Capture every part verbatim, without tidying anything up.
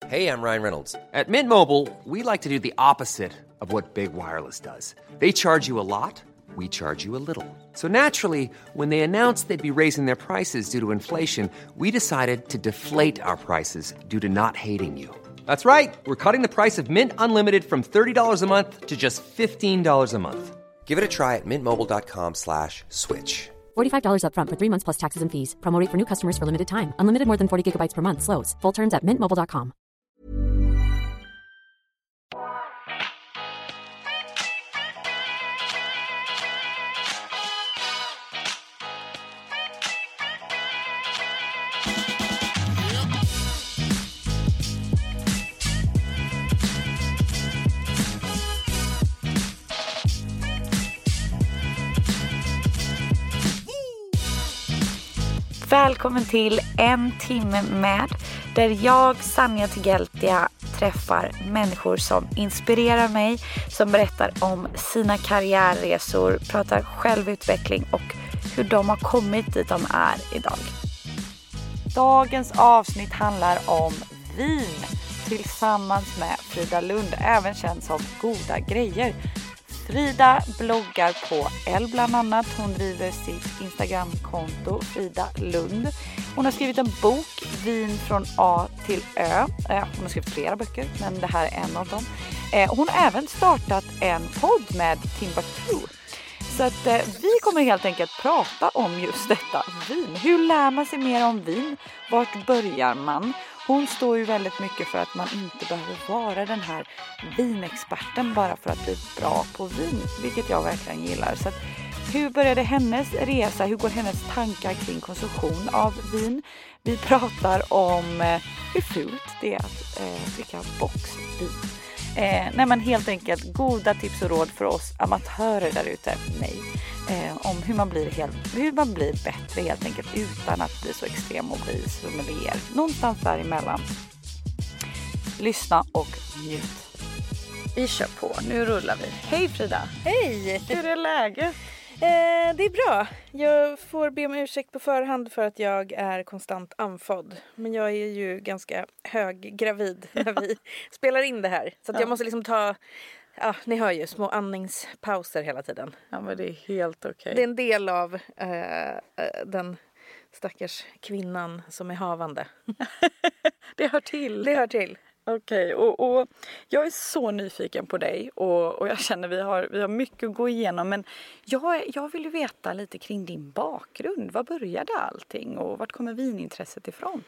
Hey, I'm Ryan Reynolds. At Mint Mobile, we like to do the opposite of what Big Wireless does. They charge you a lot, we charge you a little. So naturally, when they announced they'd be raising their prices due to inflation, we decided to deflate our prices due to not hating you. That's right. We're cutting the price of Mint Unlimited from thirty dollars a month to just fifteen dollars a month. Give it a try at mintmobile.com slash switch. forty-five dollars up front for three months plus taxes and fees. Promo rate for new customers for limited time. Unlimited more than forty gigabytes per month. Slows full terms at mint mobile dot com. Välkommen till En timme med, där jag, Sanja Tigeltia, träffar människor som inspirerar mig, som berättar om sina karriärresor, pratar självutveckling och hur de har kommit dit de är idag. Dagens avsnitt handlar om vin tillsammans med Frida Lund, även känd som Goda grejer. Frida bloggar på L bland annat. Hon driver sitt Instagramkonto Frida Lund. Hon har skrivit en bok, Vin från A till Ö. Hon har skrivit flera böcker, men det här är en av dem. Hon har även startat en podd med Timbuktu. Så att vi kommer helt enkelt prata om just detta, vin. Hur lär man sig mer om vin? Vart börjar man? Hon står ju väldigt mycket för att man inte behöver vara den här vinexperten bara för att bli bra på vin, vilket jag verkligen gillar. Så att, hur började hennes resa? Hur går hennes tankar kring konsumtion av vin? Vi pratar om eh, hur fult det är att eh, dricka boxvin. Eh, nej men helt enkelt goda tips och råd för oss amatörer där ute, mig. Eh, om hur man blir helt, hur man blir bättre helt enkelt utan att bli så extrem och bli sommelier. Någonstans däremellan. Lyssna och njut. Vi kör på, nu rullar vi. Hej Frida! Hej! Hur är läget? Eh, det är bra. Jag får be om ursäkt på förhand för att jag är konstant andfådd. Men jag är ju ganska höggravid när vi spelar in det här. Så att ja. jag måste liksom ta... Ja, ni hör ju små andningspauser hela tiden. Ja, men det är helt okej. Okay. Det är en del av eh, den stackars kvinnan som är havande. Det hör till. Det hör till. Okej, okay, och, och jag är så nyfiken på dig och, och jag känner vi har, vi har mycket att gå igenom, men jag, jag vill ju veta lite kring din bakgrund. Var började allting och vart kommer vinintresset ifrån?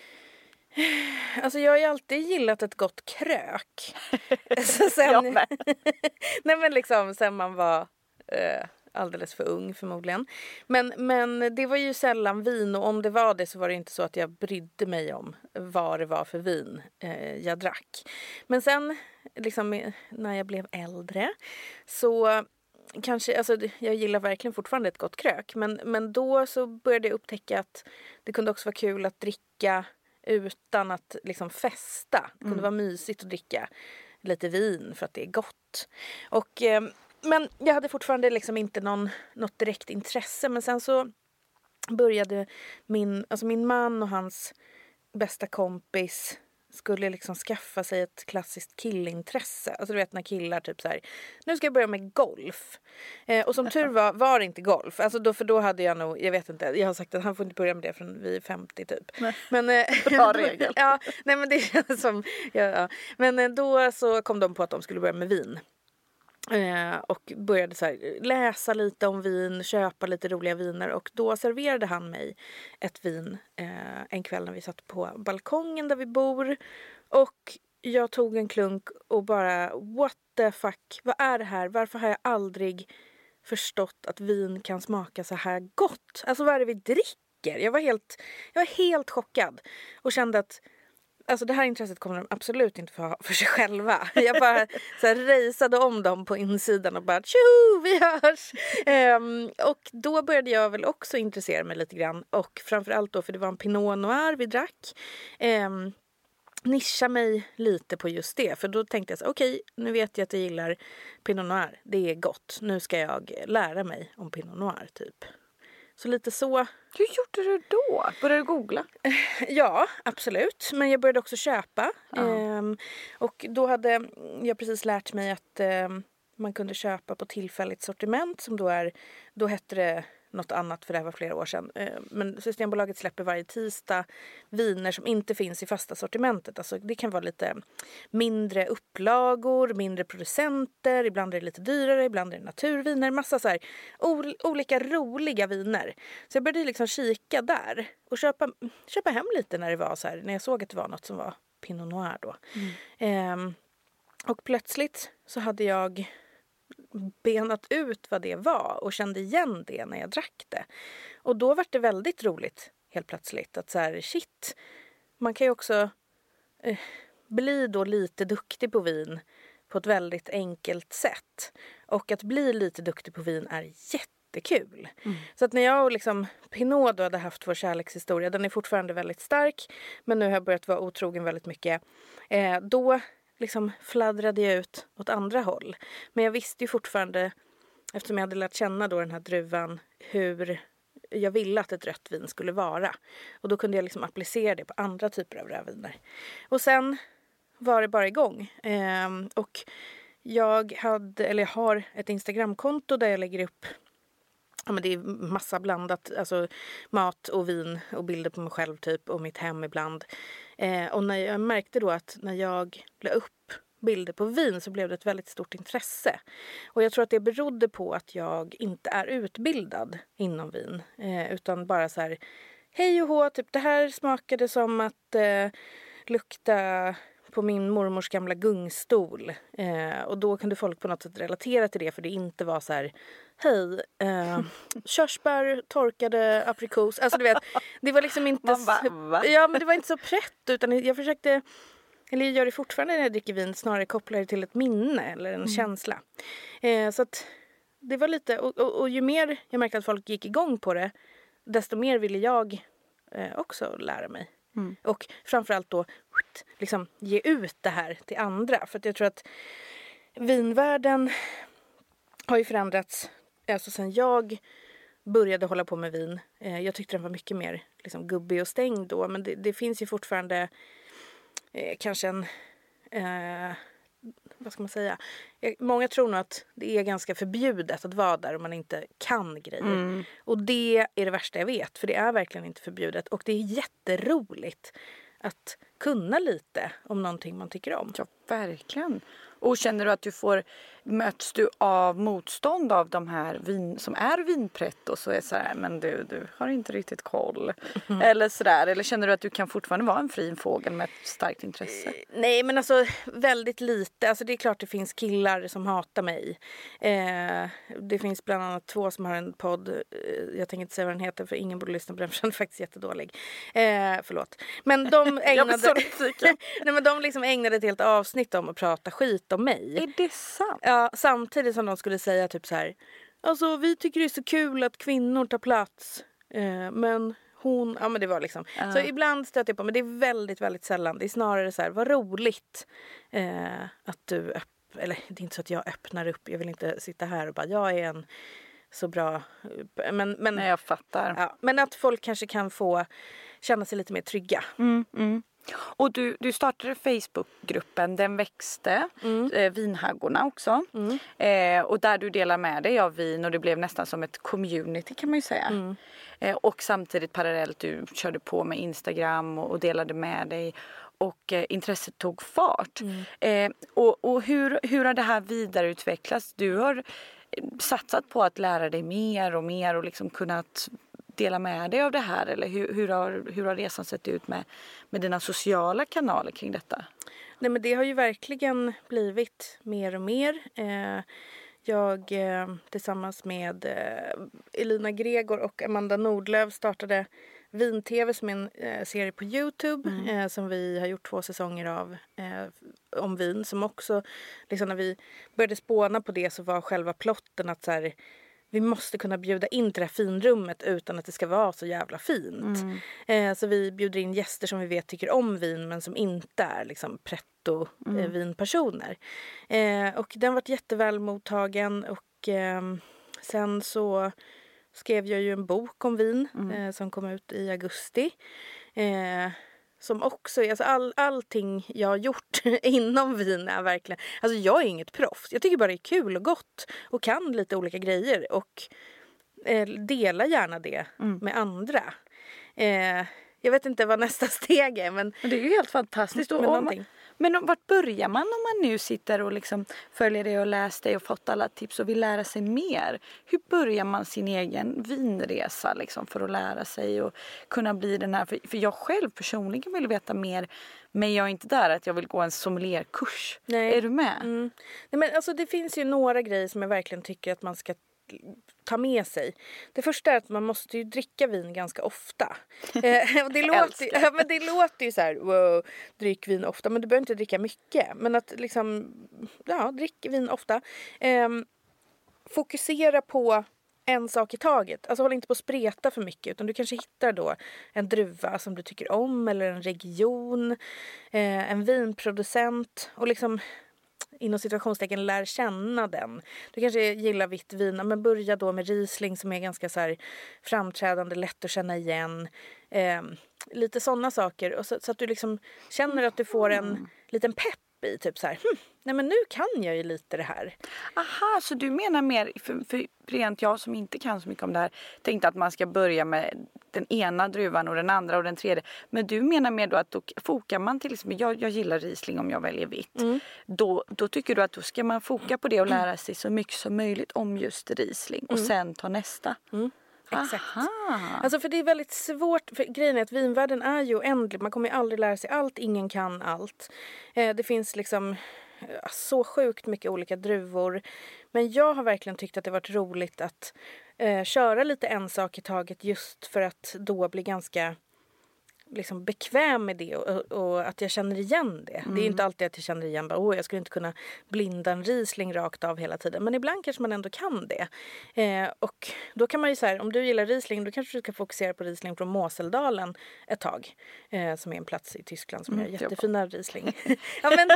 Alltså jag har ju alltid gillat ett gott krök. Så sen, nej men liksom sen man var eh, alldeles för ung förmodligen. Men, men det var ju sällan vin, och om det var det så var det inte så att jag brydde mig om vad det var för vin eh, jag drack. Men sen liksom när jag blev äldre så kanske, alltså jag gillar verkligen fortfarande ett gott krök. Men, men då så började jag upptäcka att det kunde också vara kul att dricka utan att liksom festa. Det kunde mm. vara mysigt att dricka lite vin för att det är gott. Och, eh, men jag hade fortfarande liksom inte någon, något direkt intresse. Men sen så började min, alltså min man och hans bästa kompis skulle liksom skaffa sig ett klassiskt killintresse. Alltså du vet när killar typ så här, nu ska jag börja med golf. Eh, och som tur var, var det inte golf. Alltså då, för då hade jag nog, jag vet inte, jag har sagt att han får inte börja med det förrän vi är femtio typ. Nej. Men, eh, bra regel. Ja, nej men det är som, ja, ja. Men eh, då så kom de på att de skulle börja med vin. Eh, och började så här, läsa lite om vin, köpa lite roliga viner, och då serverade han mig ett vin eh, en kväll när vi satt på balkongen där vi bor, och jag tog en klunk och bara what the fuck, vad är det här? Varför har jag aldrig förstått att vin kan smaka så här gott? Alltså vad är det vi dricker? Jag var helt, jag var helt chockad och kände att alltså det här intresset kommer de absolut inte få för sig själva. Jag bara så här rejsade om dem på insidan och bara tjoho, vi hörs! Um, och då började jag väl också intressera mig lite grann. Och framförallt då, för det var en Pinot Noir vi drack. Um, nischa mig lite på just det. För då tänkte jag så okej, okay, nu vet jag att jag gillar Pinot Noir. Det är gott. Nu ska jag lära mig om Pinot Noir typ. Så lite så. Hur gjorde du då? Började du googla? Ja, absolut. Men jag började också köpa. Ja. Ehm, och då hade jag precis lärt mig att ehm, man kunde köpa på tillfälligt sortiment som då är, då hette det något annat för det här var flera år sedan. Ehm, men Systembolaget släpper varje tisdag viner som inte finns i fasta sortimentet. Alltså det kan vara lite mindre upplagor, mindre producenter, ibland är det lite dyrare, ibland är det naturviner, massa så här ol- olika roliga viner. Så jag började liksom kika där och köpa, köpa hem lite när det var så här, när jag såg att det var något som var Pinot Noir då. Mm. Ehm, och plötsligt så hade jag benat ut vad det var och kände igen det när jag drack det. Och då var det väldigt roligt helt plötsligt att så här, shit, man kan ju också eh, bli då lite duktig på vin på ett väldigt enkelt sätt. Och att bli lite duktig på vin är jättekul. Mm. Så att när jag och liksom Pinot då hade haft vår kärlekshistoria, den är fortfarande väldigt stark, men nu har jag börjat vara otrogen väldigt mycket. Eh, då liksom fladdrade jag ut åt andra håll. Men jag visste ju fortfarande, eftersom jag hade lärt känna då den här druvan, hur jag ville att ett rött vin skulle vara. Och då kunde jag liksom applicera det på andra typer av rödviner. Och sen var det bara igång. Ehm, och jag hade, eller jag har ett Instagramkonto där jag lägger upp, ja men det är massa blandat, alltså mat och vin och bilder på mig själv typ och mitt hem ibland. Eh, och när jag märkte då att när jag la upp bilder på vin så blev det ett väldigt stort intresse. Och jag tror att det berodde på att jag inte är utbildad inom vin. Eh, utan bara så här, hej och hå, typ det här smakade som att eh, lukta på min mormors gamla gungstol. Eh, och då kunde folk på något sätt relatera till det, för det inte var så här, hej, eh, körsbär, torkade aprikos. Alltså du vet, det var liksom inte bara, så, ja, men det var inte så prätt, utan jag försökte, eller jag gör det fortfarande när jag dricker vin, snarare kopplar det till ett minne eller en mm. känsla. Eh, så att det var lite, och, och, och ju mer jag märkte att folk gick igång på det, desto mer ville jag eh, också lära mig. Mm. Och framförallt då liksom ge ut det här till andra. För att jag tror att vinvärlden har ju förändrats. Alltså sen jag började hålla på med vin. Eh, jag tyckte den var mycket mer liksom gubbig och stängd då. Men det, det finns ju fortfarande eh, kanske en... Eh, vad ska man säga? Många tror nog att det är ganska förbjudet att vara där om man inte kan grejer. Mm. Och det är det värsta jag vet. För det är verkligen inte förbjudet. Och det är jätteroligt att kunna lite om någonting man tycker om. Ja, verkligen. Och känner du att du får, möts du av motstånd av de här vin, som är vinprätt och så är så här, men du, du har inte riktigt koll. Mm. Eller sådär. Eller känner du att du kan fortfarande vara en fri fågel med ett starkt intresse? Nej, men alltså väldigt lite. Alltså det är klart det finns killar som hatar mig. Eh, det finns bland annat två som har en podd. Eh, jag tänker inte säga vad den heter för ingen borde lyssna på den, för den är faktiskt jättedålig. Eh, förlåt. Men de ägnade, nej, men de liksom ägnade ett helt avsnitt om att prata skit om mig. Är det sant? Ja, samtidigt som de skulle säga typ så här, alltså vi tycker det är så kul att kvinnor tar plats, eh, men hon, ja men det var liksom, uh. så ibland stöter jag på, men det är väldigt, väldigt sällan. Det är snarare så här, vad roligt eh, att du, öpp- eller det är inte så att jag öppnar upp, jag vill inte sitta här och bara, jag är en så bra, men, men nej, jag fattar. Ja, men att folk kanske kan få känna sig lite mer trygga. Mm, mm. Och du, du startade Facebookgruppen, den växte, mm. eh, Vinhaggorna också. Mm. Eh, och där du delar med dig av vin och det blev nästan som ett community kan man ju säga. Mm. Eh, och samtidigt parallellt du körde på med Instagram och, och delade med dig och eh, intresset tog fart. Mm. Eh, och och hur, hur har det här vidareutvecklats? Du har satsat på att lära dig mer och mer och liksom kunnat dela med dig av det här, eller hur, hur, har, hur har resan sett ut med, med dina sociala kanaler kring detta? Nej, men det har ju verkligen blivit mer och mer. Eh, jag eh, tillsammans med eh, Elina Gregor och Amanda Nordlöf startade Vin-T V som en eh, serie på YouTube mm. eh, som vi har gjort två säsonger av eh, om vin, som också liksom när vi började spåna på det så var själva plotten att så här, vi måste kunna bjuda in till det här finrummet utan att det ska vara så jävla fint. Mm. Eh, så vi bjuder in gäster som vi vet tycker om vin men som inte är liksom pretto mm. eh, vinpersoner. Eh, och den har varit jätteväl mottagen och eh, sen så skrev jag ju en bok om vin mm. eh, som kom ut i augusti. Eh, som också, alltså all, allting jag har gjort inom vin är verkligen, alltså jag är inget proffs. Jag tycker bara det är kul och gott och kan lite olika grejer och eh, dela gärna det mm. med andra. Eh, jag vet inte vad nästa steg är, men, men det är ju helt fantastiskt. Och, och man, men vart börjar man om man nu sitter och liksom följer det och läser det och fått alla tips och vill lära sig mer? Hur börjar man sin egen vinresa liksom för att lära sig och kunna bli den här? För, för jag själv personligen vill veta mer, men jag är inte där att jag vill gå en sommelierkurs. Nej. Är du med? Mm. Nej, men alltså det finns ju några grejer som jag verkligen tycker att man ska ta med sig. Det första är att man måste ju dricka vin ganska ofta. eh, och det, låter, ja, men det låter ju så här, wow, drick vin ofta, men du behöver inte dricka mycket. Men att liksom, ja, drick vin ofta. Eh, fokusera på en sak i taget. Alltså håll inte på att spreta för mycket, utan du kanske hittar då en druva som du tycker om, eller en region, eh, en vinproducent, och liksom inom situationstecken lär känna den. Du kanske gillar vitt vin, men börja då med Riesling som är ganska så här framträdande, lätt att känna igen. Eh, lite sådana saker. Och så, så att du liksom känner att du får en mm. liten pepp i. Typ så här, hm, nej men nu kan jag ju lite det här. Aha, så du menar mer, för, för rent jag som inte kan så mycket om det här, tänkte att man ska börja med den ena druvan och den andra och den tredje. Men du menar mer då att då fokar man till exempel, jag, jag gillar Riesling om jag väljer vitt. Mm. Då, då tycker du att då ska man foka på det och lära sig så mycket som möjligt om just Riesling och mm. sen ta nästa. Mm. Exakt. Alltså för det är väldigt svårt, för grejen är att vinvärlden är ju oändlig. Man kommer ju aldrig lära sig allt, ingen kan allt. Eh, det finns liksom så sjukt mycket olika druvor. Men jag har verkligen tyckt att det varit roligt att eh, köra lite en sak i taget, just för att då bli ganska liksom bekväm med det och, och att jag känner igen det. Mm. Det är inte alltid att jag känner igen bara, åh, jag skulle inte kunna blinda en Riesling rakt av hela tiden. Men ibland kanske man ändå kan det. Eh, och då kan man ju så här, om du gillar Riesling, då kanske du ska fokusera på Riesling från Moseldalen ett tag. Eh, som är en plats i Tyskland som mm, gör jättefina Riesling. ja, men,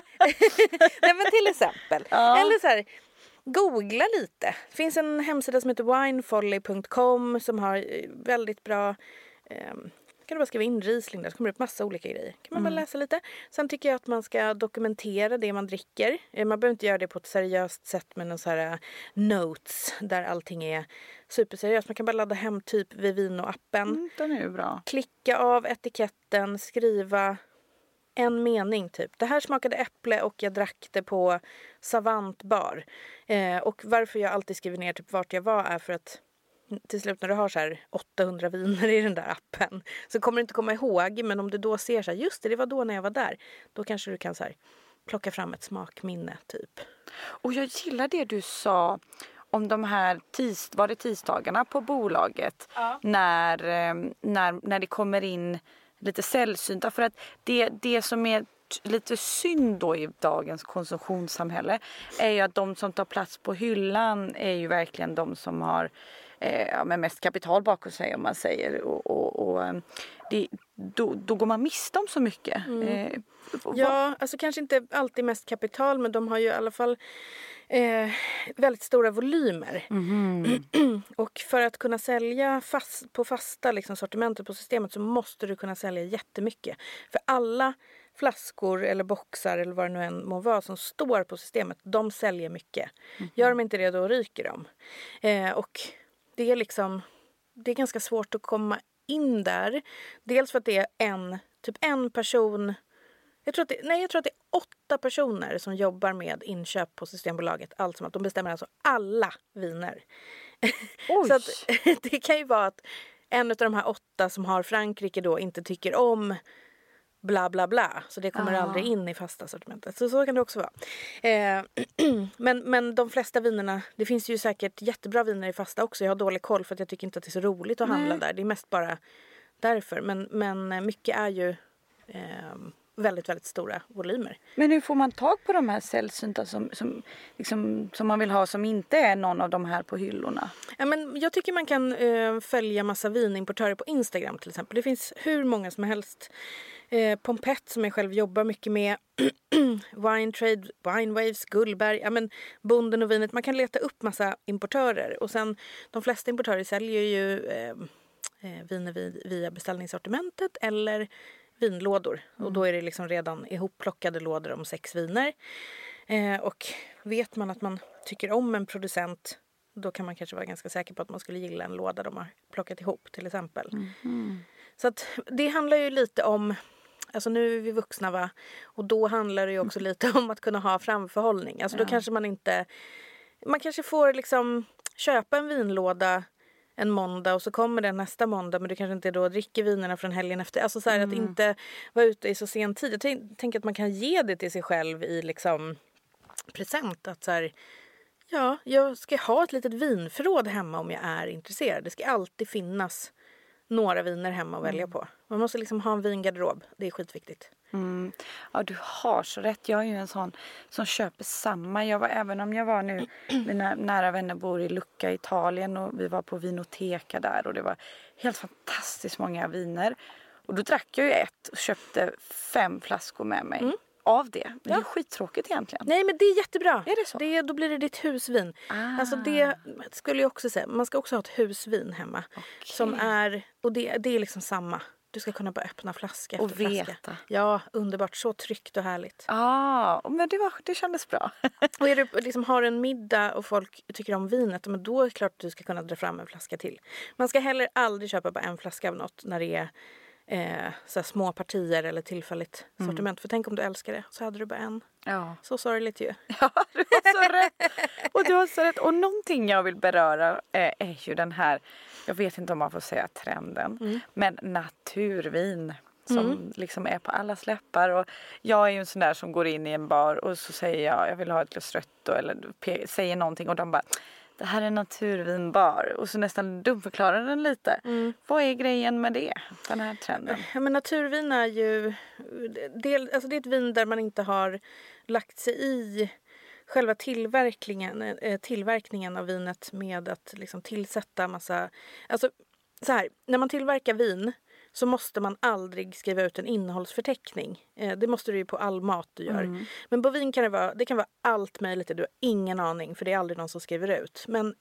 nej, men till exempel. Ja. Eller så här, googla lite. Det finns en hemsida som heter winefolly punkt com som har väldigt bra eh, kan du bara skriva in Riesling där, så kommer det upp massa olika grejer. Kan man mm. bara läsa lite. Sen tycker jag att man ska dokumentera det man dricker. Man behöver inte göra det på ett seriöst sätt med någon så här notes där allting är superseriöst. Man kan bara ladda hem typ Vivino-appen. Mm, den är ju bra. Klicka av etiketten, skriva en mening typ. Det här smakade äpple och jag drack det på Savant bar. Eh, och varför jag alltid skriver ner typ vart jag var är för att till slut när du har så här åttahundra viner i den där appen så kommer du inte komma ihåg, men om du då ser så här, just det, det var då när jag var där, då kanske du kan så här plocka fram ett smakminne typ. Och jag gillar det du sa om de här tis, var det tisdagarna på bolaget ja. när, när, när det kommer in lite sällsynta, för att det, det som är lite synd då i dagens konsumtionssamhälle är ju att de som tar plats på hyllan är ju verkligen de som har eh, med mest kapital bakom sig, om man säger, och, och, och det, då, då går man miste om så mycket. Mm. Eh, ja, alltså kanske inte alltid mest kapital, men de har ju i alla fall eh, väldigt stora volymer. Mm. Och för att kunna sälja fast, på fasta liksom, sortimentet på systemet, så måste du kunna sälja jättemycket. För alla flaskor eller boxar eller vad det nu än må vara som står på systemet, de säljer mycket. Mm. Gör de inte det, då ryker de. Eh, och det är liksom, det är ganska svårt att komma in där. Dels för att det är en, typ en person, jag tror att det, nej, jag tror att det är åtta personer som jobbar med inköp på Systembolaget. Allt som att de bestämmer alltså alla viner. Så att, det kan ju vara att en av de här åtta som har Frankrike då inte tycker om bla bla bla. Så det kommer ah. aldrig in i fasta sortimentet. Så så kan det också vara. Eh, men, men de flesta vinerna, det finns ju säkert jättebra viner i fasta också. Jag har dålig koll för att jag tycker inte att det är så roligt att Nej. handla där. Det är mest bara därför. Men, men mycket är ju eh, väldigt, väldigt stora volymer. Men hur får man tag på de här sällsynta som, som, liksom, som man vill ha, som inte är någon av de här på hyllorna? Ja, men jag tycker man kan eh, följa massa vinimportörer på Instagram till exempel. Det finns hur många som helst Eh, Pompett som jag själv jobbar mycket med. Wine Trade, Winewaves, Gullberg. Ja, men Bonden och vinet. Man kan leta upp massa importörer. Och sen de flesta importörer säljer ju eh, eh, viner via beställningssortimentet eller vinlådor. Mm. Och då är det liksom redan ihopplockade lådor om sex viner. Eh, och vet man att man tycker om en producent, då kan man kanske vara ganska säker på att man skulle gilla en låda de har plockat ihop till exempel. Mm. Så att det handlar ju lite om, alltså nu är vi vuxna va, och då handlar det ju också lite om att kunna ha framförhållning. Alltså ja. Då kanske man inte, man kanske får liksom köpa en vinlåda en måndag och så kommer den nästa måndag, men du kanske inte då dricker vinerna från helgen efter. Alltså så här mm. att inte vara ute i så sen tid. Jag tänk, tänker att man kan ge det till sig själv i liksom present. Att så här, ja, jag ska ha ett litet vinförråd hemma om jag är intresserad. Det ska alltid finnas några viner hemma att välja på. Man måste liksom ha en vingarderob. Det är skitviktigt. Mm. Ja, du har så rätt. Jag är ju en sån som köper samma. Jag var, även om jag var nu, mina nära vänner bor i Lucca i Italien och vi var på Vinoteka där och det var helt fantastiskt många viner. Och då drack jag ju ett och köpte fem flaskor med mig. Mm. Av det. Det är ja. skittråkigt egentligen. Nej, men det är jättebra. Är det så? Det, då blir det ditt husvin. Ah. Alltså det skulle jag också säga. Man ska också ha ett husvin hemma. Okay. Som är, och det, det är liksom samma. Du ska kunna bara öppna flaska efter och flaska. Veta. Ja, underbart. Så tryggt och härligt. Ja, ah, men det, var, det kändes bra. Och är du liksom har en middag och folk tycker om vinet, men då är det klart att du ska kunna dra fram en flaska till. Man ska heller aldrig köpa bara en flaska av något när det är Eh, så här små partier eller tillfälligt mm. sortiment. För tänk om du älskar det, så hade du bara en. Ja. Så sorgligt ju. Ja, du har så rätt. Och du har så rätt. Och någonting jag vill beröra eh, är ju den här, jag vet inte om man får säga trenden, mm. men naturvin som mm. liksom är på alla läppar. Och jag är ju en sån där som går in i en bar och så säger jag, jag vill ha ett glas rött då, eller pe- säger någonting och de bara, det här är naturvinbar. Och så nästan dumförklarar den lite. Mm. Vad är grejen med det? Den här trenden. Ja, men naturvin är ju det, alltså det är ett vin där man inte har lagt sig i själva tillverkningen, tillverkningen av vinet med att liksom tillsätta massa. Alltså så här, när man tillverkar vin så måste man aldrig skriva ut en innehållsförteckning. Eh, det måste du ju på all mat du gör. Mm. Men på vin kan det vara, det kan vara allt möjligt. Du har ingen aning, för det är aldrig någon som skriver ut. Men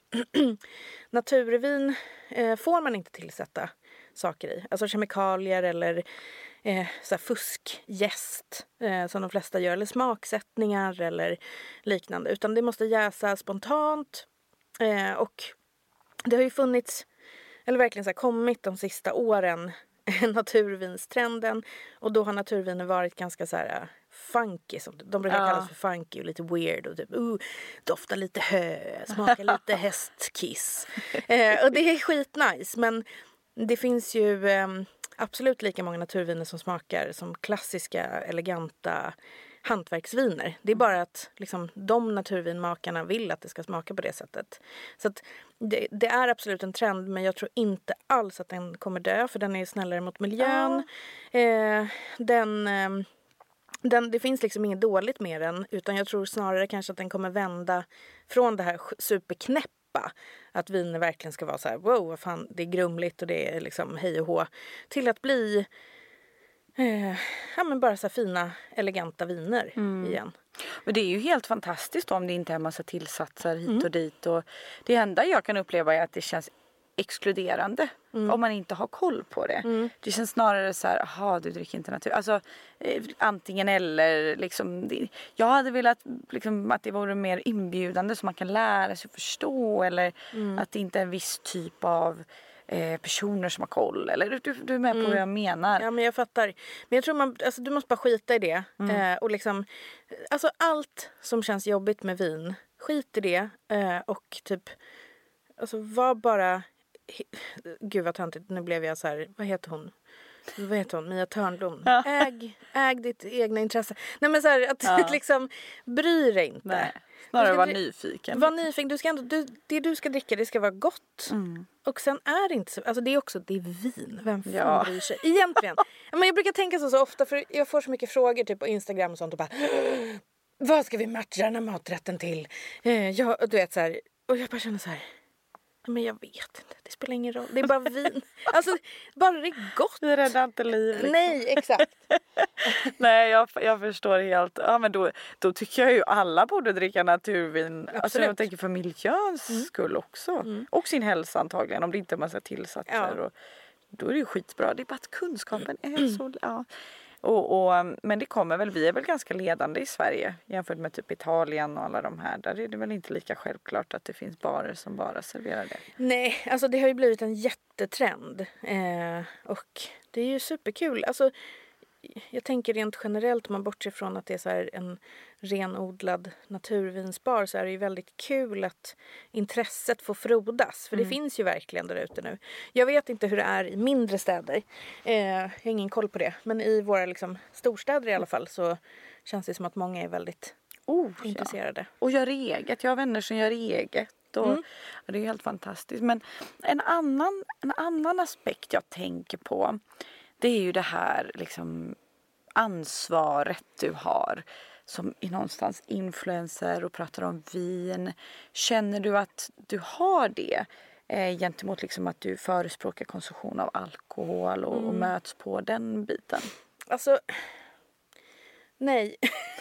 naturvin eh, får man inte tillsätta saker i. Alltså kemikalier eller eh, så här fuskjäst eh, som de flesta gör. Eller smaksättningar eller liknande. Utan det måste jäsa spontant. Eh, och det har ju funnits, eller verkligen så här kommit de sista åren, naturvinstrenden, och då har naturviner varit ganska så här funky, som de brukar ja. kallas för funky och lite weird och typ uh, doftar lite hö, smakar lite hästkiss. eh, och det är skitnice, men det finns ju eh, absolut lika många naturviner som smakar som klassiska eleganta hantverksviner. Det är bara att liksom, de naturvinmakarna vill att det ska smaka på det sättet. Så att det, det är absolut en trend, men jag tror inte alls att den kommer dö, för den är snällare mot miljön. Ja. Eh, den, eh, den, det finns liksom inget dåligt med den, utan jag tror snarare kanske att den kommer vända från det här superknäppa, att viner verkligen ska vara så här, wow, vad fan, det är grumligt och det är liksom hej och hå, till att bli Eh, ja, men bara så fina, eleganta viner mm. igen. Men det är ju helt fantastiskt om det inte är en massa tillsatser hit mm. och dit. Och det enda jag kan uppleva är att det känns exkluderande mm. om man inte har koll på det. Mm. Det känns snarare så här, aha, du dricker inte natur. Alltså eh, antingen eller liksom. Det, jag hade velat liksom, att det vore mer inbjudande så man kan lära sig förstå, eller mm. att det inte är en viss typ av Eh, personer som har koll, eller du, du är med på mm. vad jag menar. Ja, men jag fattar. Men jag tror man, alltså, du måste bara skita i det. Mm. Eh, och liksom, alltså allt som känns jobbigt med vin, skit i det. Eh, och typ, alltså var bara, gud vad töntigt, nu blev jag så här, vad heter hon? Vad heter hon? Mia Törnblom. Ja. Äg, äg ditt egna intresse. Nej, men så här, att ja. liksom, bry dig inte. Nej. Snarare vara nyfiken. Var nyfiken. Du ska ändå, du, det du ska dricka, det ska vara gott. Mm. Och sen är det inte så, alltså det är också, det är vin. Vem fan ja. bryr sig? Egentligen. Men jag brukar tänka så, så ofta, för jag får så mycket frågor typ på Instagram och sånt och bara, vad ska vi matcha den här maträtten till? Eh, jag, du vet så här, och jag bara känner så här, Men jag vet inte, det spelar ingen roll. Det är bara vin. Alltså, bara det är gott. Det räddar inte liv. Liksom. Nej, exakt. Nej, jag, jag förstår helt. Ja, men då, då tycker jag ju alla borde dricka naturvin. Absolut. Alltså jag tänker för miljöns Mm. skull också. Mm. Och sin hälsa antagligen, om det inte är massa tillsatser. Ja. Och, då är det ju skitbra. Det är bara att kunskapen är så... Ja. Och, och, men det kommer väl, vi är väl ganska ledande i Sverige jämfört med typ Italien och alla de här. Där är det väl inte lika självklart att det finns barer som bara serverar det. Nej, alltså det har ju blivit en jättetrend. Eh, och det är ju superkul. Alltså, jag tänker rent generellt, om man bortser från att det är så här en renodlad naturvinsbar, så är det ju väldigt kul att intresset får frodas. För det Mm. finns ju verkligen där ute nu. Jag vet inte hur det är i mindre städer. Eh, jag har ingen koll på det. Men i våra liksom, storstäder i alla fall så känns det som att många är väldigt Oh, intresserade. Ja. Och gör eget. Jag har vänner som gör eget. Och, Mm. ja, det är helt fantastiskt. Men en annan, en annan aspekt jag tänker på, det är ju det här liksom, ansvaret du har som är någonstans influencer och pratar om vin. Känner du att du har det eh, gentemot liksom att du förespråkar konsumtion av alkohol och, Mm. och möts på den biten? Alltså, nej.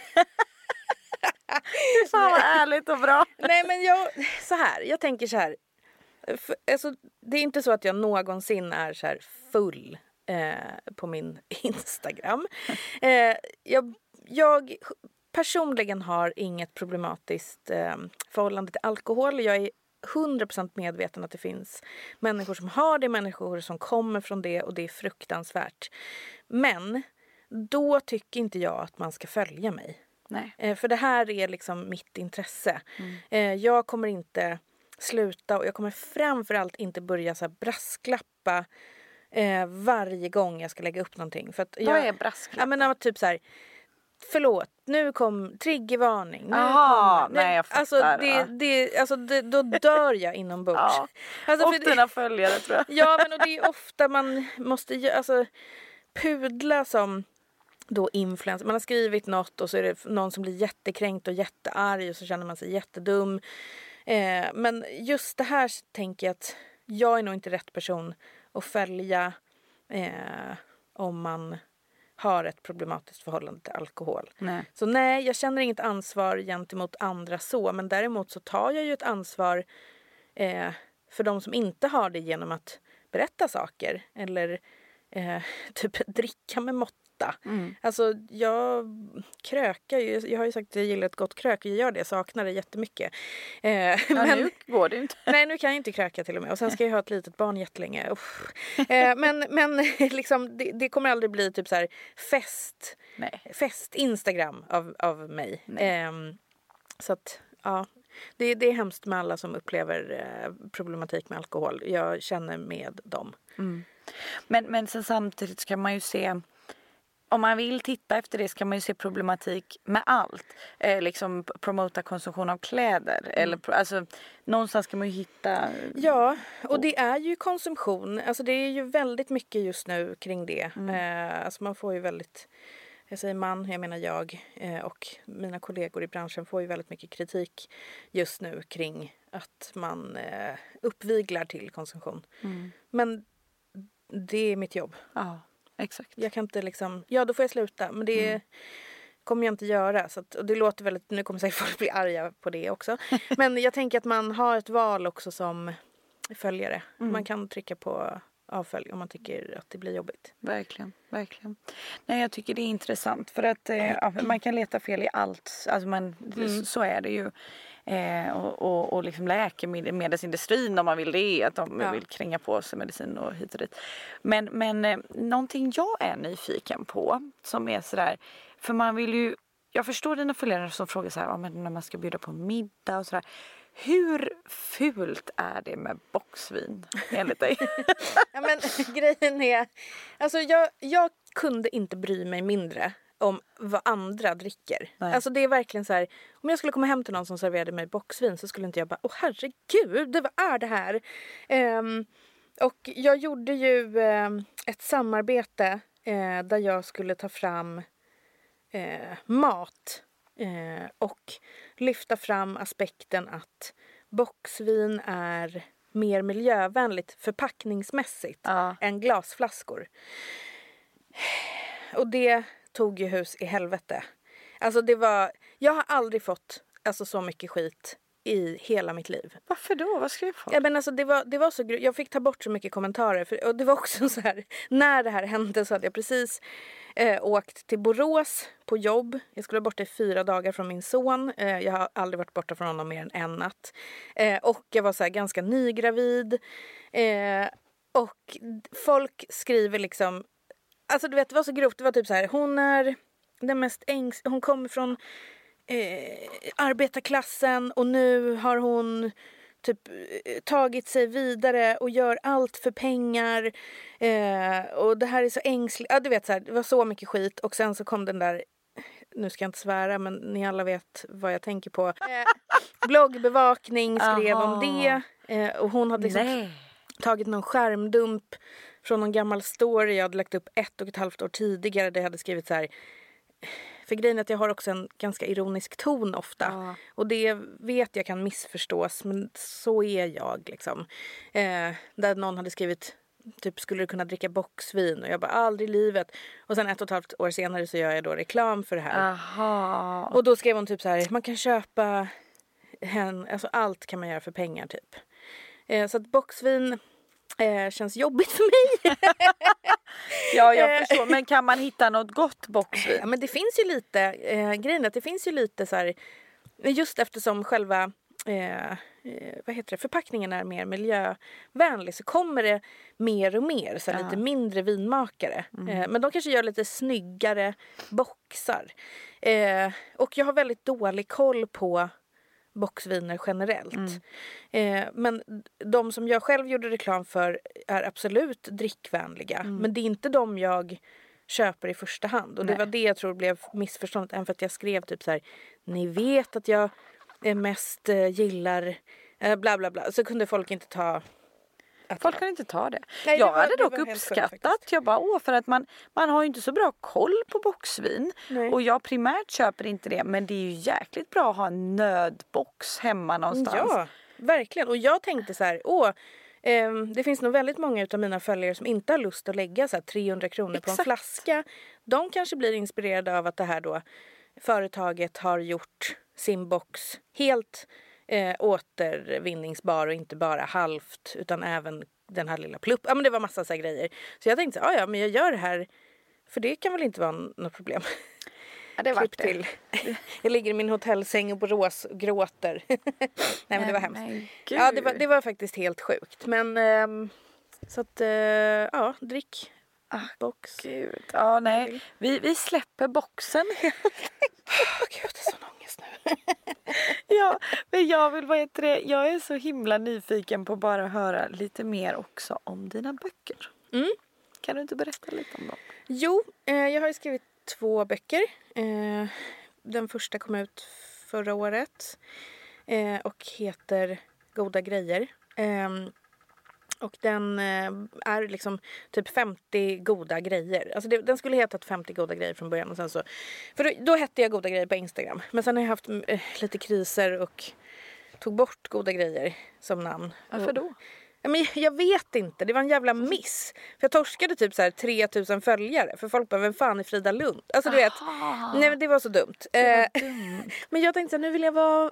Fan vad ärligt och bra. Nej, men jag, så här, jag tänker så här. För, alltså, det är inte så att jag någonsin är så här full eh, på min Instagram. Eh, jag, jag personligen har inget problematiskt eh, förhållande till alkohol. Jag är hundra procent medveten att det finns människor som har det, människor som kommer från det, och det är fruktansvärt. Men då tycker inte jag att man ska följa mig. Nej. Eh, för det här är liksom mitt intresse. Mm. Eh, jag kommer inte sluta, och jag kommer framförallt inte börja så här brasklappa eh, varje gång jag ska lägga upp någonting. För att jag, Vad är brasklapp? Ja, men typ så här, förlåt, nu kom triggervarning. Nu Aha, kommer, nej, jag fattar, alltså, det, ja. det, alltså det, då dör jag inombords. Ja. Alltså, Och för det- dina följare tror jag. Ja, men och det är ofta man måste gö- alltså, pudla som då influencer. Man har skrivit något och så är det någon som blir jättekränkt och jättearg och så känner man sig jättedum. Eh, men just det här tänker jag att jag är nog inte rätt person att följa eh, om man har ett problematiskt förhållande till alkohol. Nej. Så nej, jag känner inget ansvar gentemot andra så. Men däremot så tar jag ju ett ansvar eh, för de som inte har det genom att berätta saker. Eller eh, typ dricka med måtta. Mm. Alltså jag krökar ju. Jag har ju sagt att jag gillar ett gott krök. Jag gör det, saknar det jättemycket. Eh, Ja, men, nu går det inte. nej, nu kan jag inte kröka till och med. Och sen ska jag ha ett litet barn jättelänge. Uff. Eh, men men liksom, det, det kommer aldrig bli typ så här fest. Nej. Fest Instagram av, av mig. Nej. Eh, så att, ja. Det, det är hemskt med alla som upplever eh, problematik med alkohol. Jag känner med dem. Mm. Men, men sen samtidigt ska man ju se, om man vill titta efter det ska man ju se problematik med allt. Eh, liksom promota konsumtion av kläder. Mm. Eller, pro- alltså, någonstans ska man ju hitta... Ja, och det är ju konsumtion. Alltså det är ju väldigt mycket just nu kring det. Mm. Eh, alltså man får ju väldigt... Jag säger man, jag menar jag eh, och mina kollegor i branschen får ju väldigt mycket kritik just nu kring att man eh, uppviglar till konsumtion. Mm. Men det är mitt jobb. Ja, exakt. Jag kan inte liksom, ja då får jag sluta, men det Mm. kommer jag inte göra. Så att, och det låter väldigt, nu kommer säkert folk bli arga på det också. Men jag tänker att man har ett val också som följare. Mm. Man kan trycka på avfölj om man tycker att det blir jobbigt. Verkligen, verkligen. Nej, jag tycker det är intressant för att eh, ja, man kan leta fel i allt. Alltså man, Mm. så är det ju. Eh, och och, och liksom läkemedelsindustrin om man vill det, att de Ja. vill kränga på sig medicin och hit och dit. Men, men eh, någonting jag är nyfiken på som är sådär, för man vill ju, jag förstår dina följare som frågar så här, ja, men när man ska bjuda på middag och sådär. Hur fult är det med boxvin enligt dig? Ja, men grejen är, alltså jag, jag kunde inte bry mig mindre om vad andra dricker. Nej. Alltså det är verkligen så här, om jag skulle komma hem till någon som serverade mig boxvin så skulle inte jag bara, åh herregud, vad är det här? Um, och jag gjorde ju um, ett samarbete uh, där jag skulle ta fram uh, mat uh, och lyfta fram aspekten att boxvin är mer miljövänligt förpackningsmässigt ja. än glasflaskor. Och det tog ju hus i helvete. Alltså det var, jag har aldrig fått alltså, så mycket skit i hela mitt liv. Varför då? Vad skrev folk? Ja, men alltså, det var, det var så, jag fick ta bort så mycket kommentarer. För, och det var också så här, när det här hände så hade jag precis eh, åkt till Borås på jobb. Jag skulle vara borta i fyra dagar från min son. Eh, jag har aldrig varit borta från honom mer än en natt. Eh, och jag var så här, ganska nygravid. Eh, och folk skriver liksom... Alltså du vet, det var så grovt. Det var typ så här, hon är den mest ängs... Hon kommer från... Eh, arbetarklassen och nu har hon typ tagit sig vidare och gör allt för pengar eh, och det här är så ängsligt. Ja, du vet så här, det var så mycket skit och sen så kom den där, nu ska jag inte svära men ni alla vet vad jag tänker på. Eh, bloggbevakning skrev Aha. om det eh, och hon hade liksom Nej. tagit någon skärmdump från någon gammal story jag hade lagt upp ett och ett halvt år tidigare där jag hade skrivit så här. För grejen är att jag har också en ganska ironisk ton ofta. Ja. Och det vet jag kan missförstås. Men så är jag liksom. Eh, där någon hade skrivit typ skulle du kunna dricka boxvin. Och jag bara aldrig i livet. Och sen ett och ett halvt år senare så gör jag då reklam för det här. Aha. Och då skrev hon typ så här. Man kan köpa hen, alltså allt kan man göra för pengar typ. Eh, så att boxvin eh, känns jobbigt för mig. Ja, jag förstår. Men kan man hitta något gott boxvin? Ja, men det finns ju lite, eh, grejen är att det finns ju lite så här, just eftersom själva, eh, vad heter det, förpackningen är mer miljövänlig så kommer det mer och mer, så här, Ja. lite mindre vinmakare. Mm. Eh, men de kanske gör lite snyggare boxar. Eh, och jag har väldigt dålig koll på boxviner generellt. Mm. Eh, men de som jag själv gjorde reklam för är absolut drickvänliga. Mm. Men det är inte de jag köper i första hand. Och det Nej. var det jag tror blev missförståndet. Även för att jag skrev typ så här. Ni vet att jag är mest eh, gillar eh, bla bla bla. Så kunde folk inte ta... Att Folk kan inte ta det. Nej, det jag var- hade det dock var helt sjukt uppskattat. faktiskt. Jag bara, åh, för att man, man har ju inte så bra koll på boxvin. Nej. Och jag primärt köper inte det. Men det är ju jäkligt bra att ha en nödbox hemma någonstans. Ja, verkligen. Och jag tänkte så här, åh, ehm, det finns nog väldigt många av mina följare som inte har lust att lägga så här trehundra kronor på en Exakt. flaska. De kanske blir inspirerade av att det här då företaget har gjort sin box helt eh, återvinningsbar och inte bara halvt utan även den här lilla plupp. Ja, men det var massa så här grejer. Så jag tänkte så här, ja, ja, men jag gör det här för det kan väl inte vara något problem. Ja, det var Klipp till. Jag ligger i min hotellsäng och Borås och gråter. Nej, men det var hemskt. Men Ja, det var, gud. det var faktiskt helt sjukt. Men ehm, så att, eh, ja, drick. Ah, Box. Gud. Ja, nej. Vi, vi släpper boxen. Åh gud, det är sån ångest nu. Ja, men jag vill, vad heter det? Jag är så himla nyfiken på bara att höra lite mer också om dina böcker. Mm. Kan du inte berätta lite om dem? Jo, eh, jag har ju skrivit två böcker. Eh, den första kom ut förra året. Eh, och heter Goda grejer. Eh, och den eh, är liksom typ femtio goda grejer. Alltså det, den skulle hetat femtio goda grejer från början. Och sen så, för då, då hette jag Goda grejer på Instagram. Men sen har jag haft eh, lite kriser och tog bort Goda grejer som namn. Varför då? Ja, men jag vet inte, det var en jävla miss. För jag torskade typ så här tre tusen följare. För folk bara, vem fan är Frida Lund? Alltså du vet, nej men det var så dumt. Det Eh, var dumt. men jag tänkte så här, nu vill jag vara...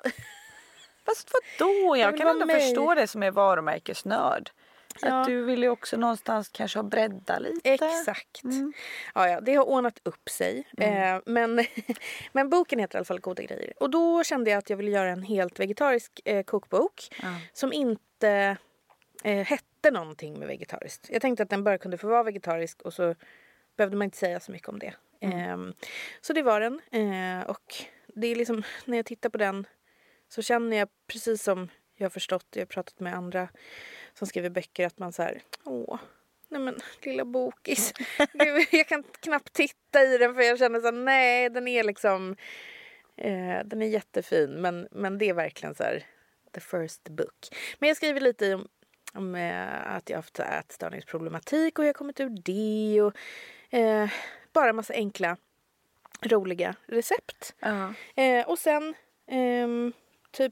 Fast vadå? Jag vill kan vara ändå mig. förstå det som är varumärkesnörd. Ja. Att du vill ju också någonstans kanske ha bredda lite. Exakt. Mm. Ja, ja, det har ordnat upp sig. Mm. Eh, men, men boken heter i alla fall Goda grejer. Och då kände jag att jag ville göra en helt vegetarisk eh, kokbok. Ja. Som inte eh, hette någonting med vegetariskt. Jag tänkte att den bara kunde få vara vegetarisk och så behövde man inte säga så mycket om det. Mm. Eh, så det var den. Eh, och det är liksom, när jag tittar på den så känner jag precis som jag har förstått, jag har pratat med andra som skriver böcker, att man så här, åh, nej men lilla bokis. Gud, jag kan knappt titta i den för jag känner så här, nej, den är liksom, eh, den är jättefin, men, men det är verkligen så här, the first book. Men jag skriver lite om, om eh, att jag har haft ätstörningsproblematik och jag har kommit ur det och eh, bara massa enkla, roliga recept. Ja. Eh, och sen ehm, typ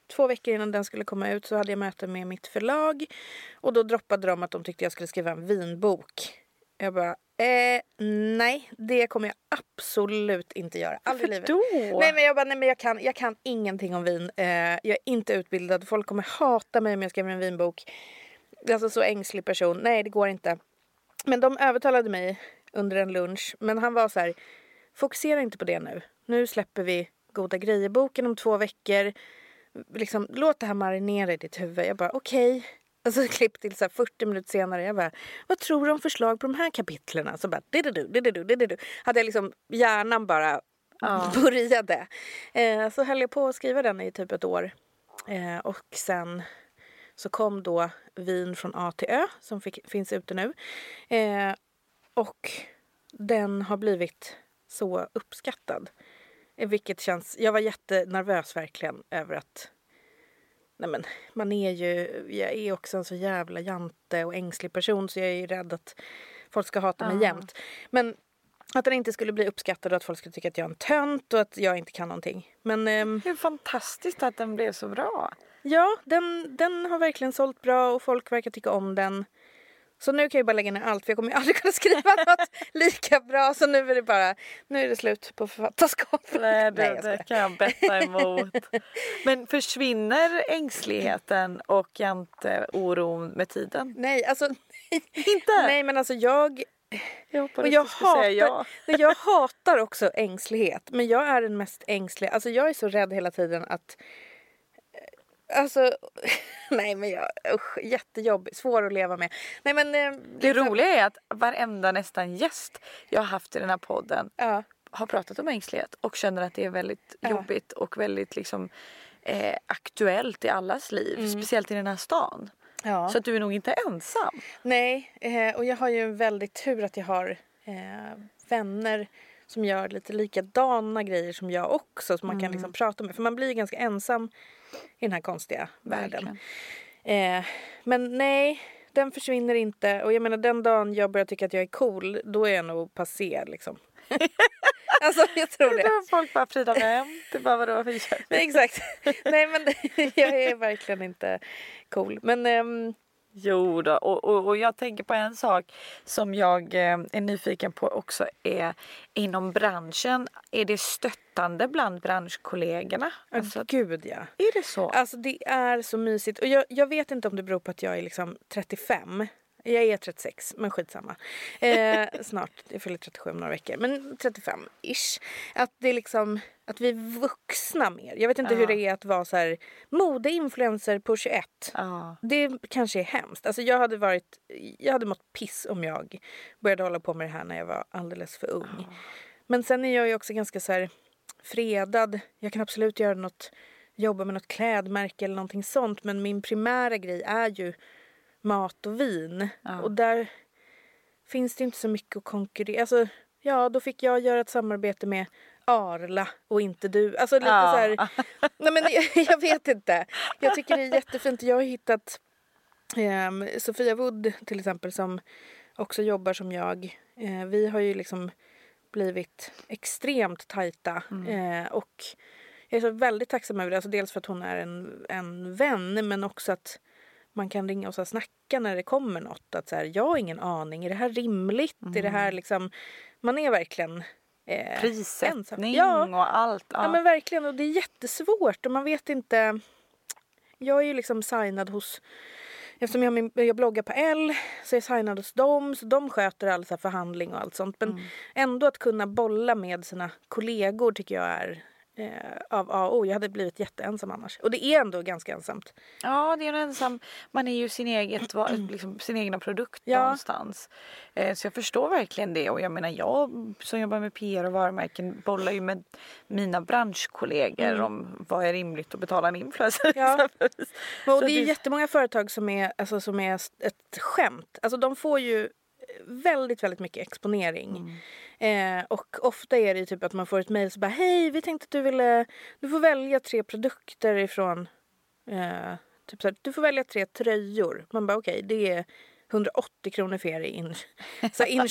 två veckor innan den skulle komma ut så hade jag möte med mitt förlag. Och då droppade de att de tyckte jag skulle skriva en vinbok. Jag bara, eh, nej, det kommer jag absolut inte göra. Aldrig i livet. Då? Nej, men jag bara, nej, men jag kan, jag kan ingenting om vin. Eh, jag är inte utbildad. Folk kommer hata mig om jag skriver en vinbok. Alltså så ängslig person. Nej, det går inte. Men de övertalade mig under en lunch. Men han var så här, fokusera inte på det nu. Nu släpper vi Goda grejer-boken om två veckor. Liksom, låt det här marinera i ditt huvud. Jag bara, okej. Okay. Och så klipp till så här fyrtio minuter senare. Jag bara, vad tror du om förslag på de här kapitlerna? Så bara, det du, det du, det du. Hade jag liksom, hjärnan bara ja. började. Eh, så höll jag på att skriva den i typ ett år. Eh, och sen så kom då Vin från A till Ö. Som fick, finns ute nu. Eh, och den har blivit så uppskattad. Vilket känns, jag var jättenervös verkligen över att nej men, man är ju, jag är också en så jävla jante och ängslig person så jag är ju rädd att folk ska hata mig uh. jämt. Men att den inte skulle bli uppskattad och att folk skulle tycka att jag är en tönt och att jag inte kan någonting. Men, um, hur fantastiskt att den blev så bra. Ja, den, den har verkligen sålt bra och folk verkar tycka om den. Så nu kan jag bara lägga ner allt för jag kommer aldrig kunna skriva något lika bra. Så nu är det bara, nu är det slut på författarskap. Nej, det, Nej, det kan jag betta emot. Men försvinner ängsligheten och inte oron med tiden? Nej, alltså. Nej. Inte? Nej, men alltså jag. Jag och jag hatar, ja. jag hatar också ängslighet. Men jag är den mest ängsliga. Alltså jag är så rädd hela tiden att. Alltså, nej men jag, usch, jättejobbig, svår att leva med. Nej men eh, det liksom... roliga är att varenda nästan gäst jag har haft i den här podden ja. har pratat om ängslighet och känner att det är väldigt ja. jobbigt och väldigt liksom eh, aktuellt i allas liv, mm. speciellt i den här stan. Ja. Så att du är nog inte ensam. Nej, eh, och jag har ju en väldigt tur att jag har eh, vänner som gör lite likadana grejer som jag också, som man mm. kan liksom prata med. För man blir ganska ensam i den här konstiga världen. Eh, men nej, den försvinner inte. Och jag menar, den dagen jag börjar tycka att jag är cool, då är jag nog passé liksom. Alltså jag tror det. Då folk bara Frida vem? Det bara vadå för känner. Exakt. Nej men jag är verkligen inte cool. Men ehm, jo då, och, och, och jag tänker på en sak som jag eh, är nyfiken på också är inom branschen, är det stöttande bland branschkollegorna? Alltså, gud ja. Är det så? Alltså det är så mysigt och jag, jag vet inte om det beror på att jag är liksom trettiofem. Jag är trettiosex, men skitsamma. Eh, snart, jag fyller trettiosju om några veckor. Men trettiofem-ish. Att det är liksom, att vi är vuxna mer. Jag vet inte ja. hur det är att vara så här modeinfluencer på tjugoett. Ja. Det kanske är hemskt. Alltså jag hade varit, jag hade mått piss om jag började hålla på med det här när jag var alldeles för ung. Ja. Men sen är jag ju också ganska så här fredad. Jag kan absolut göra något, jobba med något klädmärke eller någonting sånt. Men min primära grej är ju mat och vin. Ja. Och där finns det inte så mycket att konkurrera. Alltså, ja, då fick jag göra ett samarbete med Arla och inte du. Alltså lite ja. så här. Nej men jag, jag vet inte. Jag tycker det är jättefint. Jag har hittat eh, Sofia Wood till exempel som också jobbar som jag. Eh, vi har ju liksom blivit extremt tajta. Mm. Eh, och jag är så väldigt tacksam över det. Alltså dels för att hon är en, en vän men också att man kan ringa och så snacka när det kommer något. Att så här, jag har ingen aning. Är det här rimligt? Mm. Är det här liksom... Man är verkligen... Eh, prissättning ja. och allt. Ja. ja, men verkligen. Och det är jättesvårt. Och man vet inte... Jag är ju liksom signad hos... Eftersom jag, min, jag bloggar på L så är jag signad hos dem. Så de sköter all så här förhandling och allt sånt. Men mm. ändå att kunna bolla med sina kollegor tycker jag är... av A och O. Jag hade blivit jätteensam annars. Och det är ändå ganska ensamt. Ja, det är en ensam. Man är ju sin, eget, liksom, sin egna produkt ja. någonstans. Eh, så jag förstår verkligen det. Och jag menar, jag som jobbar med P R och varumärken bollar ju med mina branschkollegor mm. om vad är rimligt att betala en influencer. Ja. Och det är det... jättemånga företag som är, alltså, som är ett skämt. Alltså de får ju väldigt, väldigt mycket exponering. Mm. Eh, och ofta är det typ att man får ett mejl så bara hej, vi tänkte att du ville du får välja tre produkter ifrån eh, typ så här, du får välja tre tröjor. Man bara okej, okay, det är hundraåttio kronor för er in, så här,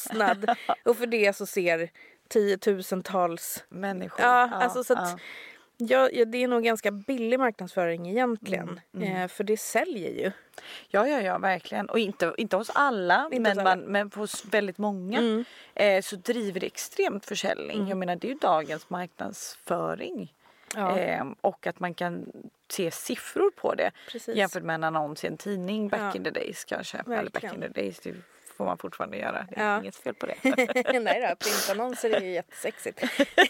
inköpskostnad och för det så ser tiotusentals människor. Ja, ja alltså så att ja. Ja, ja, det är nog ganska billig marknadsföring egentligen. Mm, mm. Eh, för det säljer ju. Ja, ja, ja, verkligen. Och inte, inte hos alla, Inte men, hos alla. Man, men hos väldigt många Mm. eh, så driver det extremt försäljning. Mm. Jag menar, det är ju dagens marknadsföring. Ja. Eh, och att man kan se siffror på det. Precis. Jämfört med en annons i en tidning back Ja. in the days kanske. Verkligen. Eller back in the days, det får man fortfarande göra. Det är Ja. inget fel på det. Nej då, printannonser är ju jättesexigt.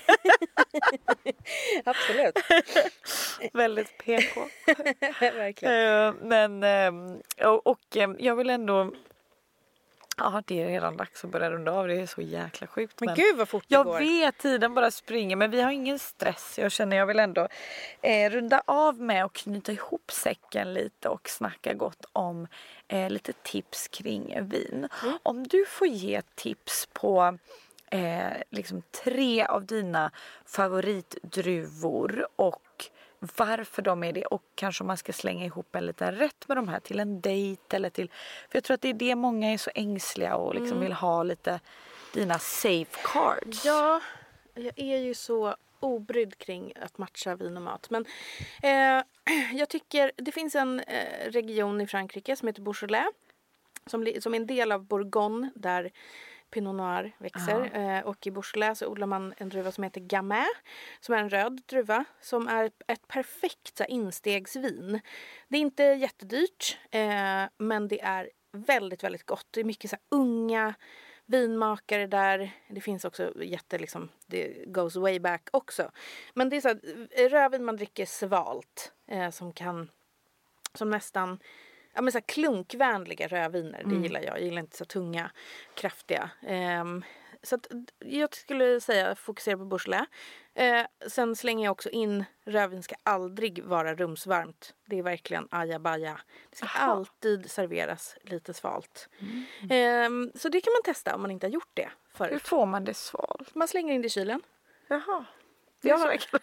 Absolut. Väldigt P K. Verkligen. Eh, men eh, och, och eh, jag vill ändå. Ja, det är redan dags att börja runda av. Det är så jäkla sjukt. Men, Men gud vad fort det jag går. vet, tiden bara springer. Men vi har ingen stress. Jag känner jag vill ändå eh, runda av med och knyta ihop säcken lite. Och snacka gott om eh, lite tips kring vin. Mm. Om du får ge tips på eh, liksom tre av dina favoritdruvor. Och varför de är det, och kanske man ska slänga ihop en liten rätt med de här till en dejt eller till, för jag tror att det är det många är så ängsliga och liksom Mm. vill ha lite dina safecards. Ja, jag är ju så obrydd kring att matcha vin och mat. Men eh, jag tycker det finns en eh, region i Frankrike som heter Beaujolais. Som, li- som är en del av Bourgogne där Pinot Noir växer. Eh, och i Beaujolais så odlar man en druva som heter Gamay. Som är en röd druva. Som är ett perfekt så här, instegsvin. Det är inte jättedyrt. Eh, men det är väldigt, väldigt gott. Det är mycket så här, unga vinmakare där. Det finns också jätte liksom, det goes way back också. Men det är så här, rödvin man dricker svalt. Eh, som kan, som nästan, ja men så här klunkvänliga rödviner. Mm. Det gillar jag. Jag gillar inte så tunga, kraftiga. Um, så att jag skulle säga fokusera på Beaujolais. Uh, sen slänger jag också in, rödvin ska aldrig vara rumsvarmt. Det är verkligen ajabaja. Det ska Aha. alltid serveras lite svalt. Mm. Um, så det kan man testa om man inte har gjort det Hur förut. får man det svalt? Man slänger in det i kylen. Jaha. Det är så enkelt.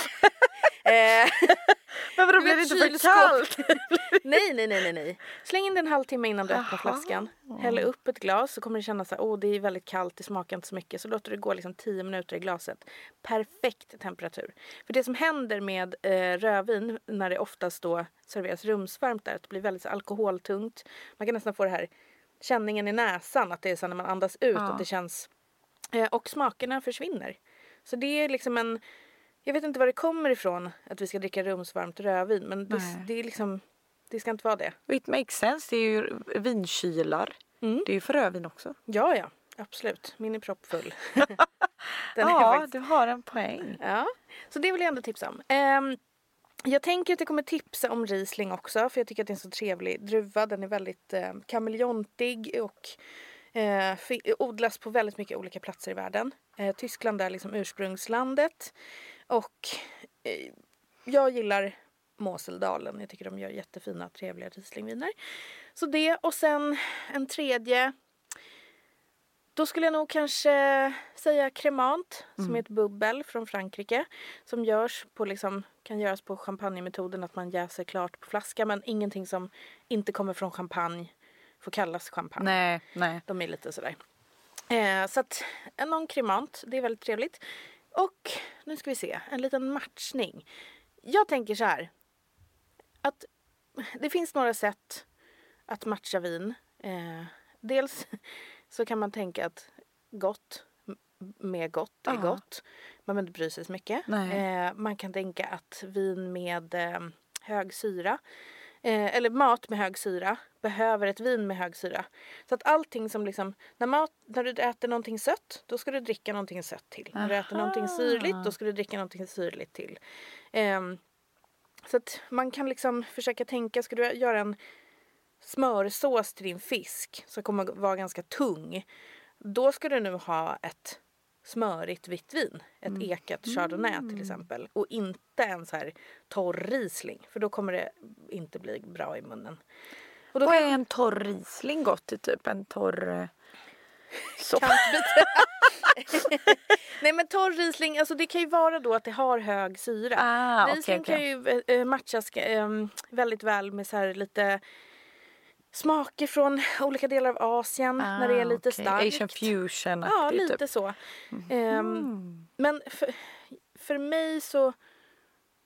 Eh, Men vadå, Du blir det vet, inte för kylskåp. kallt? nej, nej, nej, nej, nej. Släng in den en halvtimme innan du öppnar Aha. flaskan. Häll upp ett glas så kommer det kännas att oh, det är väldigt kallt, det smakar inte så mycket. Så låter det gå liksom tio minuter i glaset. Perfekt temperatur. För det som händer med eh, rödvin när det oftast då serveras rumsvarmt är att det blir väldigt så, alkoholtungt. Man kan nästan få det här känningen i näsan, att det är så när man andas ut Ja. att det känns. Eh, och smakerna försvinner. Så det är liksom en, jag vet inte var det kommer ifrån att vi ska dricka rumsvarmt rödvin. Men det, Nej. det är liksom, det ska inte vara det. It makes sense. Det är ju vinkylar. Mm. Det är ju för rödvin också. Ja, ja. Absolut. Min är proppfull. Den är Ja, faktiskt, du har en poäng. ja. Så det vill jag ändå tipsa om. Ehm, jag tänker att jag kommer tipsa om Riesling också. För jag tycker att det är en så trevlig druva. Den är väldigt eh, kameleontig och eh, fi- odlas på väldigt mycket olika platser i världen. Eh, Tyskland är liksom ursprungslandet. Och eh, jag gillar Moseldalen. Jag tycker de gör jättefina, trevliga Rieslingviner. Så det, och sen en tredje. Då skulle jag nog kanske säga Cremant, som Mm. är ett bubbel från Frankrike. Som görs på liksom, kan göras på champagnemetoden, att man jäser klart på flaska. Men ingenting som inte kommer från champagne får kallas champagne. Nej, nej. De är lite sådär. Eh, så att en någon Cremant, det är väldigt trevligt. Och nu ska vi se, en liten matchning. Jag tänker så här. Att det finns några sätt att matcha vin. Eh, dels så kan man tänka att gott med gott är Ja. gott. Man behöver inte bry sig så mycket. Nej. Eh, man kan tänka att vin med eh, hög syra, eh, eller mat med hög syra, behöver ett vin med hög syra. Så att allting som liksom, när, mat, när du äter någonting sött, då ska du dricka någonting sött till. När du äter Aha. någonting syrligt, då ska du dricka någonting syrligt till. Ehm, så att man kan liksom försöka tänka, ska du göra en smörsås till din fisk som kommer vara ganska tung, då ska du nu ha ett smörigt vitt vin. Ett Mm. ekat chardonnay till exempel. Och inte en så här torr Riesling. För då kommer det inte bli bra i munnen. Och då Vad kan är en torr Riesling gott till? Typ en torr eh, soppa? kantbit. Nej, men torr Riesling, alltså det kan ju vara då att det har hög syra. Ah, okej, Riesling okej. kan ju äh, matchas äh, väldigt väl med så här lite smaker från olika delar av Asien när det är lite Ah, okej. starkt. Asian fusion. Ja, lite typ. så. Mm. Ehm, men för, för mig så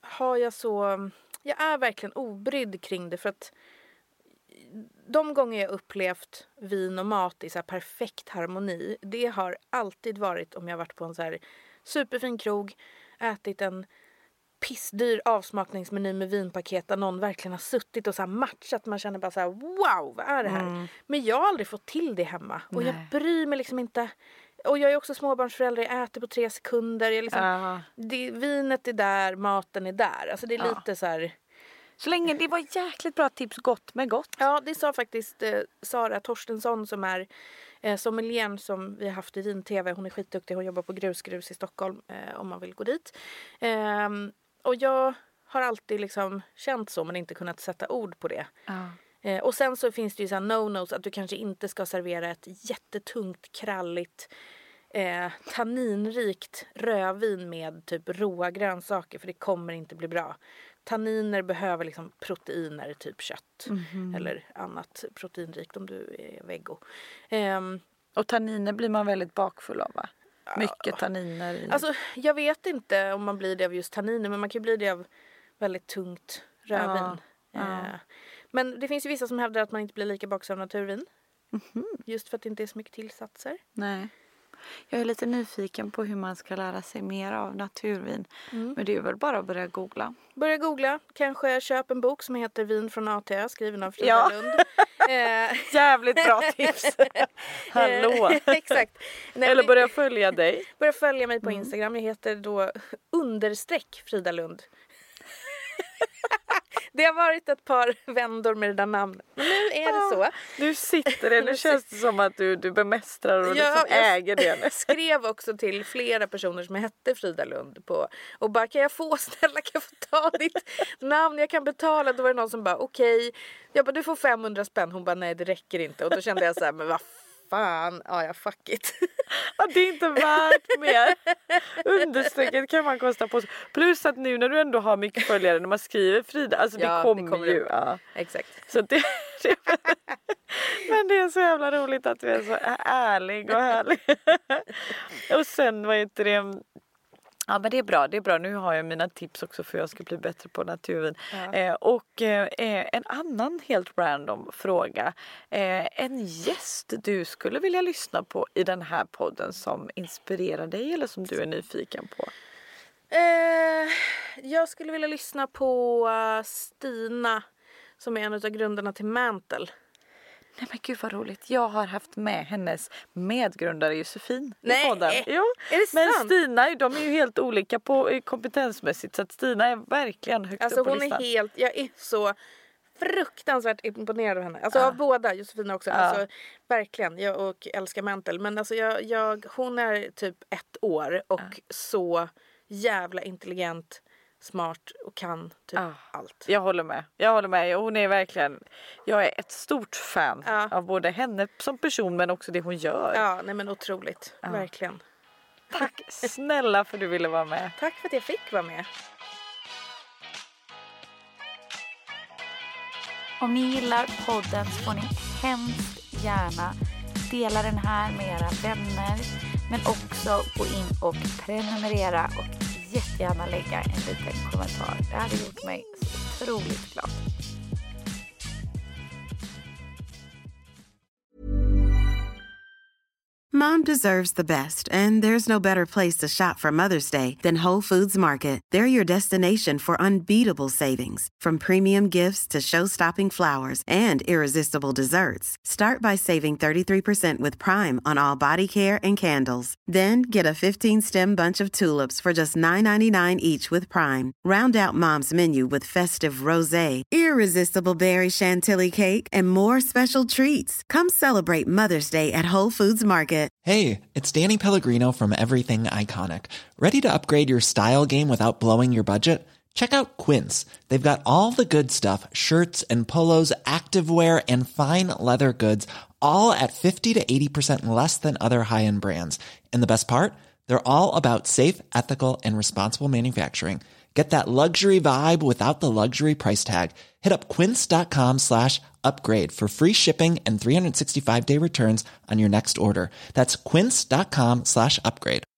har jag så... Jag är verkligen obrydd kring det för att de gånger jag upplevt vin och mat i så här perfekt harmoni, det har alltid varit om jag varit på en så här superfin krog, ätit en pissdyr avsmakningsmeny med vinpaket där någon verkligen har suttit och så här matchat. Man känner bara så här: wow, vad är det här? Mm. Men jag har aldrig fått till det hemma. Och Nej. jag bryr mig liksom inte. Och jag är också småbarnsförälder, jag äter på tre sekunder. Jag liksom, uh. det, vinet är där, maten är där. Alltså det är uh. lite så här... Så länge det var jäkligt bra tips, gott med gott. Ja, det sa faktiskt eh, Sara Torstensson som är eh, sommelieren som vi har haft i Vin-tv. Hon är skitduktig, hon jobbar på Grusgrus i Stockholm eh, om man vill gå dit. Eh, och jag har alltid liksom känt så men inte kunnat sätta ord på det. Uh. Eh, och sen så finns det ju så här no-nos att du kanske inte ska servera ett jättetungt, kralligt, eh, tanninrikt rödvin med typ råa grönsaker för det kommer inte bli bra. Tanniner behöver liksom proteiner, typ kött mm-hmm. eller annat proteinrikt om du är veggo. Um, och tanniner blir man väldigt bakfull av, va? Mycket tanniner i. Alltså, jag vet inte om man blir det av just tanniner, men man kan bli det av väldigt tungt rödvin. Ja, ja. Uh, men det finns ju vissa som hävdar att man inte blir lika bakfull av naturvin. Mm-hmm. Just för att det inte är så mycket tillsatser. Nej. Jag är lite nyfiken på hur man ska lära sig mer av naturvin. Mm. Men det är väl bara att börja googla. Börja googla. Kanske köp en bok som heter Vin från A T, skriven av Frida ja. Lund. eh. Jävligt bra tips. Hallå. Exakt. Nej, Eller börja följa dig. Börja följa mig på Instagram. Jag heter då understreck Frida Lund. Det har varit ett par vändor med det där namnet. Men nu är det så. Du sitter det. Nu känns det som att du, du bemästrar och ja, liksom äger det. Jag skrev också till flera personer som hette Frida Lund på. Och bara, kan jag få, snälla kan jag få ta ditt namn? Jag kan betala. Då var det någon som bara, okej. Okay. Jag bara, du får femhundra spänn. Hon bara, nej det räcker inte. Och då kände jag så här, men vad fan. Ja, ja, fuck it. Ja, det är inte värt mer. Understrecket kan man kosta på sig. Plus att nu när du ändå har mycket följare när man skriver Frida, alltså ja, det, kommer det kommer ju. Ja. Exakt. Så det, det, men det är så jävla roligt att du är så ärlig och härlig. Och sen var inte det... Ja, men det är bra, det är bra. Nu har jag mina tips också för jag ska bli bättre på naturvin. Ja. Eh, och eh, en annan helt random fråga. Eh, en gäst du skulle vilja lyssna på i den här podden som inspirerar dig eller som du är nyfiken på? Eh, jag skulle vilja lyssna på uh, Stina som är en av grundarna till Mantle. Nej men gud vad roligt. Jag har haft med hennes medgrundare Josefin Nej, i podden. Jo, är det men sant? Stina, de är ju helt olika på kompetensmässigt så att Stina är verkligen högt alltså, upp på hon listan. Är helt, jag är så fruktansvärt imponerad av henne. Alltså ja. Av båda, Josefina också. Ja. Alltså, verkligen, jag och älskar Mantle. Men alltså jag, jag, hon är typ ett år och ja. Så jävla intelligent, smart och kan typ ah, allt. Jag håller med. Jag håller med. Hon är verkligen, jag är ett stort fan ah. av både henne som person men också det hon gör. Ja, nej men otroligt. Ah. Verkligen. Tack snälla för att du ville vara med. Tack för att jag fick vara med. Om ni gillar podden så får ni hemskt gärna dela den här med era vänner men också gå in och prenumerera och jättegärna lägga en liten kommentar. Det hade gjort mig så otroligt glad. Mom deserves the best, and there's no better place to shop for Mother's Day than Whole Foods Market. They're your destination for unbeatable savings, from premium gifts to show-stopping flowers and irresistible desserts. Start by saving thirty-three percent with Prime on all body care and candles. Then get a fifteen-stem bunch of tulips for just nine ninety-nine each with Prime. Round out Mom's menu with festive rosé, irresistible berry chantilly cake, and more special treats. Come celebrate Mother's Day at Whole Foods Market. Hey, it's Danny Pellegrino from Everything Iconic. Ready to upgrade your style game without blowing your budget? Check out Quince. They've got all the good stuff, shirts and polos, activewear, and fine leather goods, all at fifty to eighty percent less than other high-end brands. And the best part? They're all about safe, ethical, and responsible manufacturing. Get that luxury vibe without the luxury price tag. Hit up quince.com slash upgrade for free shipping and three sixty-five day returns on your next order. That's quince.com slash upgrade.